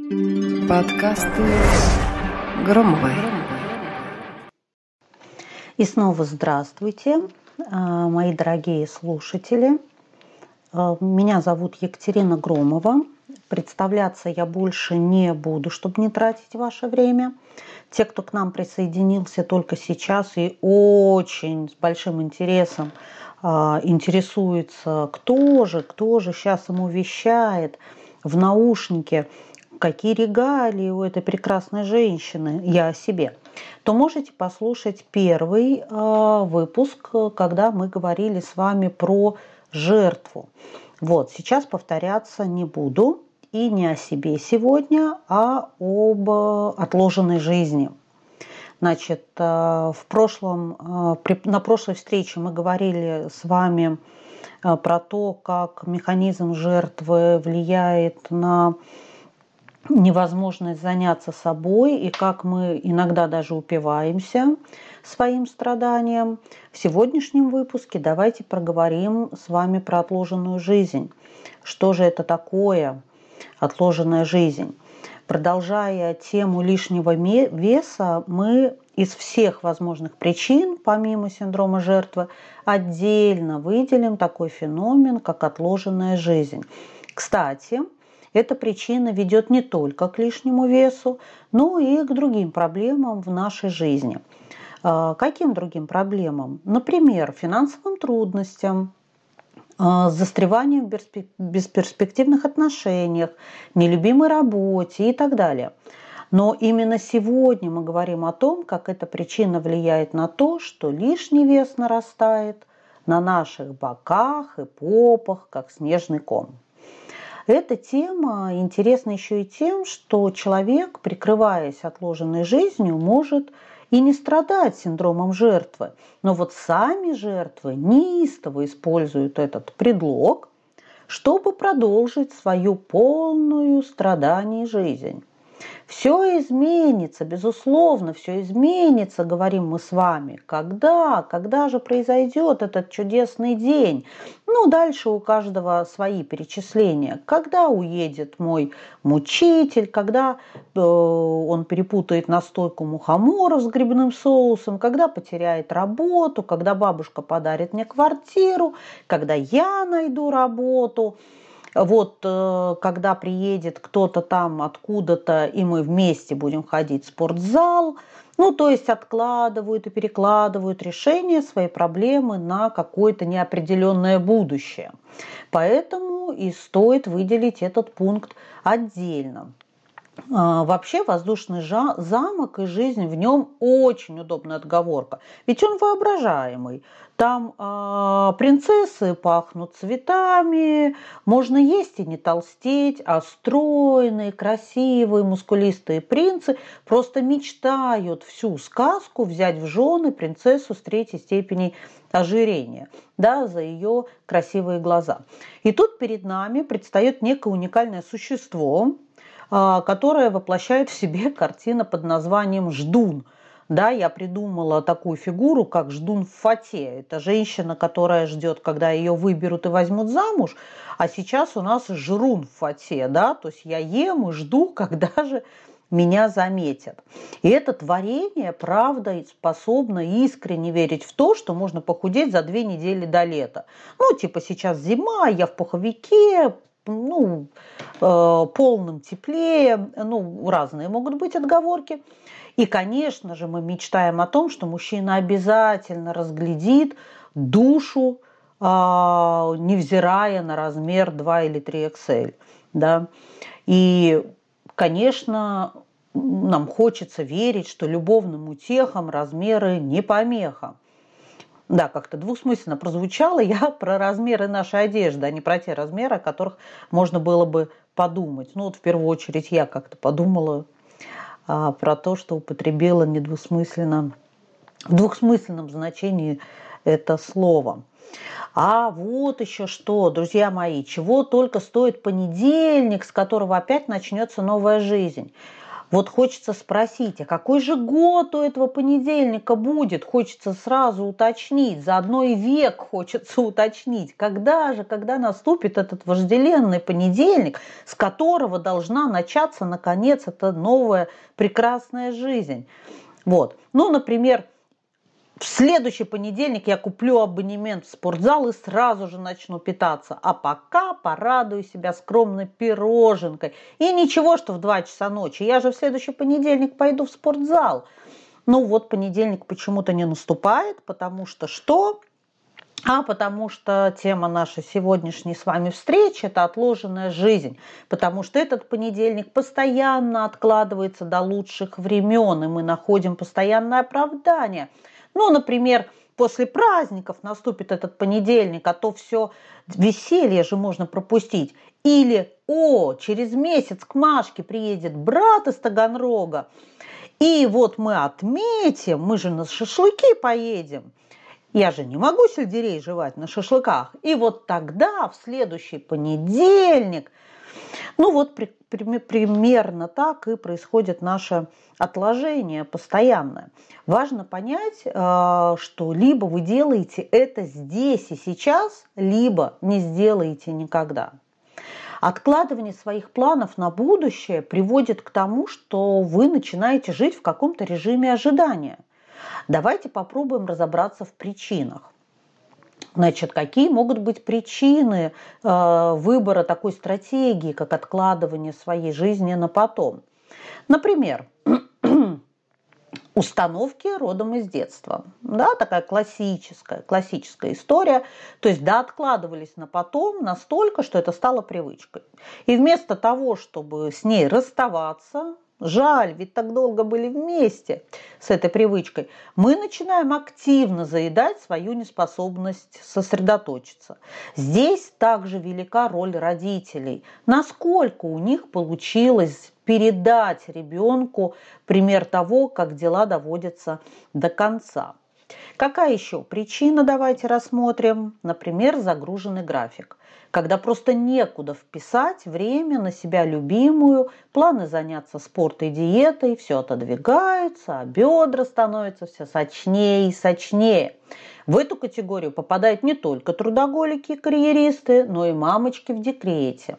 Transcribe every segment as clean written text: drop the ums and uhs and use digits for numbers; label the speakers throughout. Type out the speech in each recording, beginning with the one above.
Speaker 1: Подкасты Громовой.
Speaker 2: И снова здравствуйте, мои дорогие слушатели. Меня зовут Екатерина Громова. Представляться я больше не буду, чтобы не тратить ваше время. Те, кто к нам присоединился только сейчас и очень с большим интересом интересуется, кто же сейчас ему вещает в наушнике, какие регалии у этой прекрасной женщины, я о себе, то можете послушать первый выпуск, когда мы говорили с вами про жертву. Вот, сейчас повторяться не буду и не о себе сегодня, а об отложенной жизни. Значит, на прошлой встрече мы говорили с вами про то, как механизм жертвы влияет на невозможность заняться собой и как мы иногда даже упиваемся своим страданием. В сегодняшнем выпуске давайте проговорим с вами про отложенную жизнь. Что же это такое отложенная жизнь? Продолжая тему лишнего веса, мы из всех возможных причин, помимо синдрома жертвы, отдельно выделим такой феномен, как отложенная жизнь. Кстати, эта причина ведет не только к лишнему весу, но и к другим проблемам в нашей жизни. Каким другим проблемам? Например, финансовым трудностям, застреванием в бесперспективных отношениях, нелюбимой работе и так далее. Но именно сегодня мы говорим о том, как эта причина влияет на то, что лишний вес нарастает на наших боках и попах, как снежный ком. Эта тема интересна еще и тем, что человек, прикрываясь отложенной жизнью, может и не страдать синдромом жертвы. Но вот сами жертвы неистово используют этот предлог, чтобы продолжить свою полную страданий жизнь. Все изменится, безусловно, все изменится, говорим мы с вами. Когда же произойдет этот чудесный день? Дальше у каждого свои перечисления. Когда уедет мой мучитель, когда он перепутает настойку мухоморов с грибным соусом, когда потеряет работу, когда бабушка подарит мне квартиру, когда я найду работу. Вот когда приедет кто-то там откуда-то, и мы вместе будем ходить в спортзал, то есть откладывают и перекладывают решение своей проблемы на какое-то неопределенное будущее. Поэтому и стоит выделить этот пункт отдельно. Вообще воздушный замок и жизнь в нем очень удобная отговорка. Ведь он воображаемый. Там принцессы пахнут цветами, можно есть и не толстеть, а стройные, красивые, мускулистые принцы просто мечтают всю сказку взять в жены принцессу с 3-й степени ожирения, за ее красивые глаза. И тут перед нами предстает некое уникальное существо, которая воплощает в себе картина под названием «Ждун». Я придумала такую фигуру, как ждун в фате. Это женщина, которая ждет, когда ее выберут и возьмут замуж, а сейчас у нас жрун в фате, то есть я ем и жду, когда же меня заметят. И это творение, правда, способно искренне верить в то, что можно похудеть за 2 недели до лета. Сейчас зима, я в пуховике, полном тепле, разные могут быть отговорки. И, конечно же, мы мечтаем о том, что мужчина обязательно разглядит душу, невзирая на размер 2 или 3 XL. И, конечно, нам хочется верить, что любовным утехам размеры не помеха. Как-то двусмысленно прозвучало я про размеры нашей одежды, а не про те размеры, о которых можно было бы подумать. В первую очередь я как-то подумала про то, что употребила недвусмысленно, в двухсмысленном значении это слово. А вот еще что, друзья мои, чего только стоит понедельник, с которого опять начнется новая жизнь. Вот хочется спросить, а какой же год у этого понедельника будет? Хочется сразу уточнить, заодно и век хочется уточнить. Когда наступит этот вожделенный понедельник, с которого должна начаться, наконец, эта новая прекрасная жизнь? Вот. Ну, например, в следующий понедельник я куплю абонемент в спортзал и сразу же начну питаться. А пока порадую себя скромной пироженкой. И ничего, что в 2 часа ночи. Я же в следующий понедельник пойду в спортзал. Ну вот понедельник почему-то не наступает, потому что что? Потому что тема нашей сегодняшней с вами встречи – это отложенная жизнь. Потому что этот понедельник постоянно откладывается до лучших времен, и мы находим постоянное оправдание. Ну, например, после праздников наступит этот понедельник, а то все веселье же можно пропустить. Или, через месяц к Машке приедет брат из Таганрога, и вот мы отметим, мы же на шашлыки поедем. Я же не могу сельдерей жевать на шашлыках. И вот тогда, в следующий понедельник, ну вот примерно так и происходит наше отложение постоянное. Важно понять, что либо вы делаете это здесь и сейчас, либо не сделаете никогда. Откладывание своих планов на будущее приводит к тому, что вы начинаете жить в каком-то режиме ожидания. Давайте попробуем разобраться в причинах. Значит, какие могут быть причины выбора такой стратегии, как откладывание своей жизни на потом? Например, установки родом из детства. Да, такая классическая история. То есть, да, откладывались на потом настолько, что это стало привычкой. И вместо того, чтобы с ней расставаться, жаль, ведь так долго были вместе с этой привычкой, мы начинаем активно заедать свою неспособность сосредоточиться. Здесь также велика роль родителей. Насколько у них получилось передать ребенку пример того, как дела доводятся до конца. Какая еще причина, давайте рассмотрим. Например, загруженный график. Когда просто некуда вписать время на себя любимую, планы заняться спортом и диетой, все отодвигаются, а бедра становятся все сочнее и сочнее. В эту категорию попадают не только трудоголики и карьеристы, но и мамочки в декрете.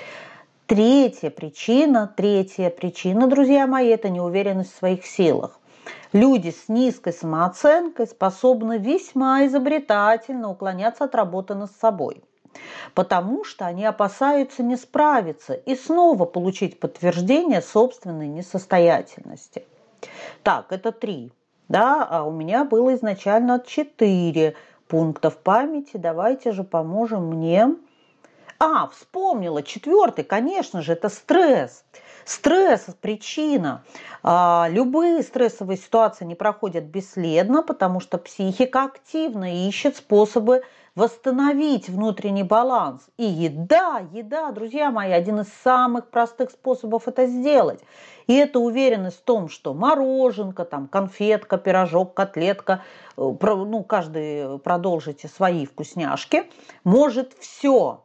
Speaker 2: Третья причина, друзья мои, это неуверенность в своих силах. Люди с низкой самооценкой способны весьма изобретательно уклоняться от работы над собой, потому что они опасаются не справиться и снова получить подтверждение собственной несостоятельности. Так, это 3, да, а у меня было изначально 4 пункта в памяти. Давайте же поможем мне. Вспомнила, 4, конечно же, это стресс. Стресс – причина. Любые стрессовые ситуации не проходят бесследно, потому что психика активно ищет способы восстановить внутренний баланс. И еда, друзья мои, один из самых простых способов это сделать. И это уверенность в том, что мороженка, конфетка, пирожок, котлетка, каждый продолжите свои вкусняшки, может все.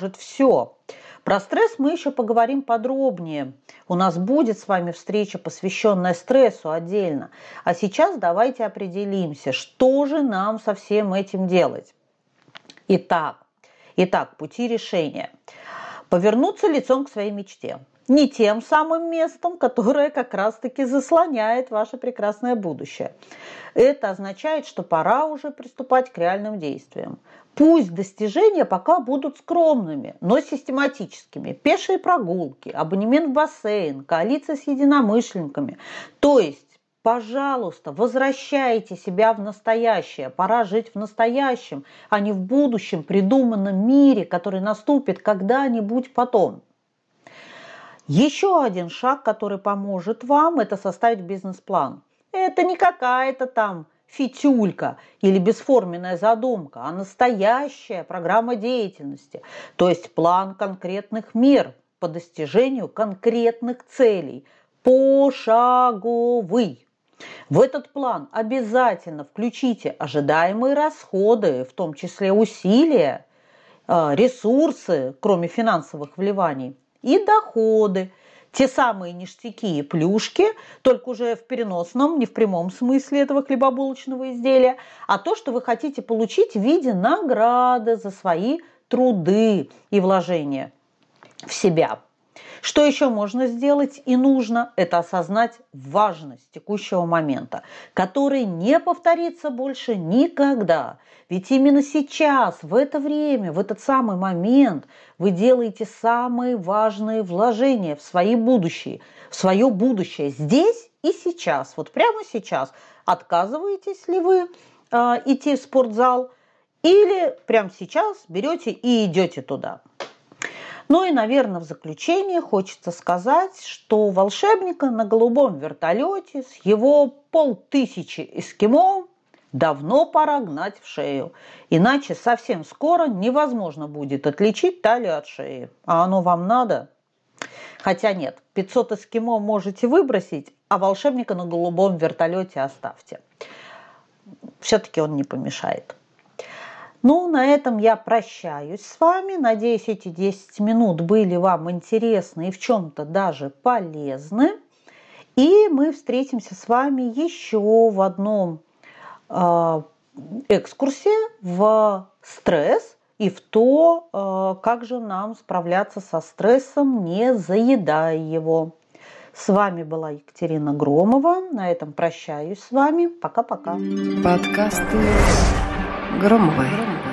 Speaker 2: Про стресс мы еще поговорим подробнее. У нас будет с вами встреча, посвященная стрессу отдельно. А сейчас давайте определимся, что же нам со всем этим делать. Итак, пути решения. Повернуться лицом к своей мечте. Не тем самым местом, которое как раз-таки заслоняет ваше прекрасное будущее. Это означает, что пора уже приступать к реальным действиям. Пусть достижения пока будут скромными, но систематическими. Пешие прогулки, абонемент в бассейн, коалиция с единомышленниками. То есть, пожалуйста, возвращайте себя в настоящее. Пора жить в настоящем, а не в будущем придуманном мире, который наступит когда-нибудь потом. Еще один шаг, который поможет вам, это составить бизнес-план. Это не какая-то фитюлька или бесформенная задумка, а настоящая программа деятельности, то есть план конкретных мер по достижению конкретных целей, пошаговый. В этот план обязательно включите ожидаемые расходы, в том числе усилия, ресурсы, кроме финансовых вливаний, и доходы, те самые ништяки и плюшки, только уже в переносном, не в прямом смысле этого хлебобулочного изделия, а то, что вы хотите получить в виде награды за свои труды и вложения в себя. Что еще можно сделать и нужно, это осознать важность текущего момента, который не повторится больше никогда. Ведь именно сейчас, в это время, в этот самый момент вы делаете самые важные вложения в свои будущие, в свое будущее здесь и сейчас. Вот прямо сейчас. Отказываетесь ли вы идти в спортзал или прямо сейчас берете и идете туда? Ну и, наверное, в заключение хочется сказать, что волшебника на голубом вертолете с его 5000 эскимо давно пора гнать в шею. Иначе совсем скоро невозможно будет отличить талию от шеи. А оно вам надо? Хотя нет, 500 эскимо можете выбросить, а волшебника на голубом вертолете оставьте. Все-таки он не помешает. Ну, на этом я прощаюсь с вами. Надеюсь, эти 10 минут были вам интересны и в чем-то даже полезны. И мы встретимся с вами еще в одном экскурсе в стресс и в то, как же нам справляться со стрессом, не заедая его. С вами была Екатерина Громова. На этом прощаюсь с вами. Пока-пока.
Speaker 1: Подкасты Громовой.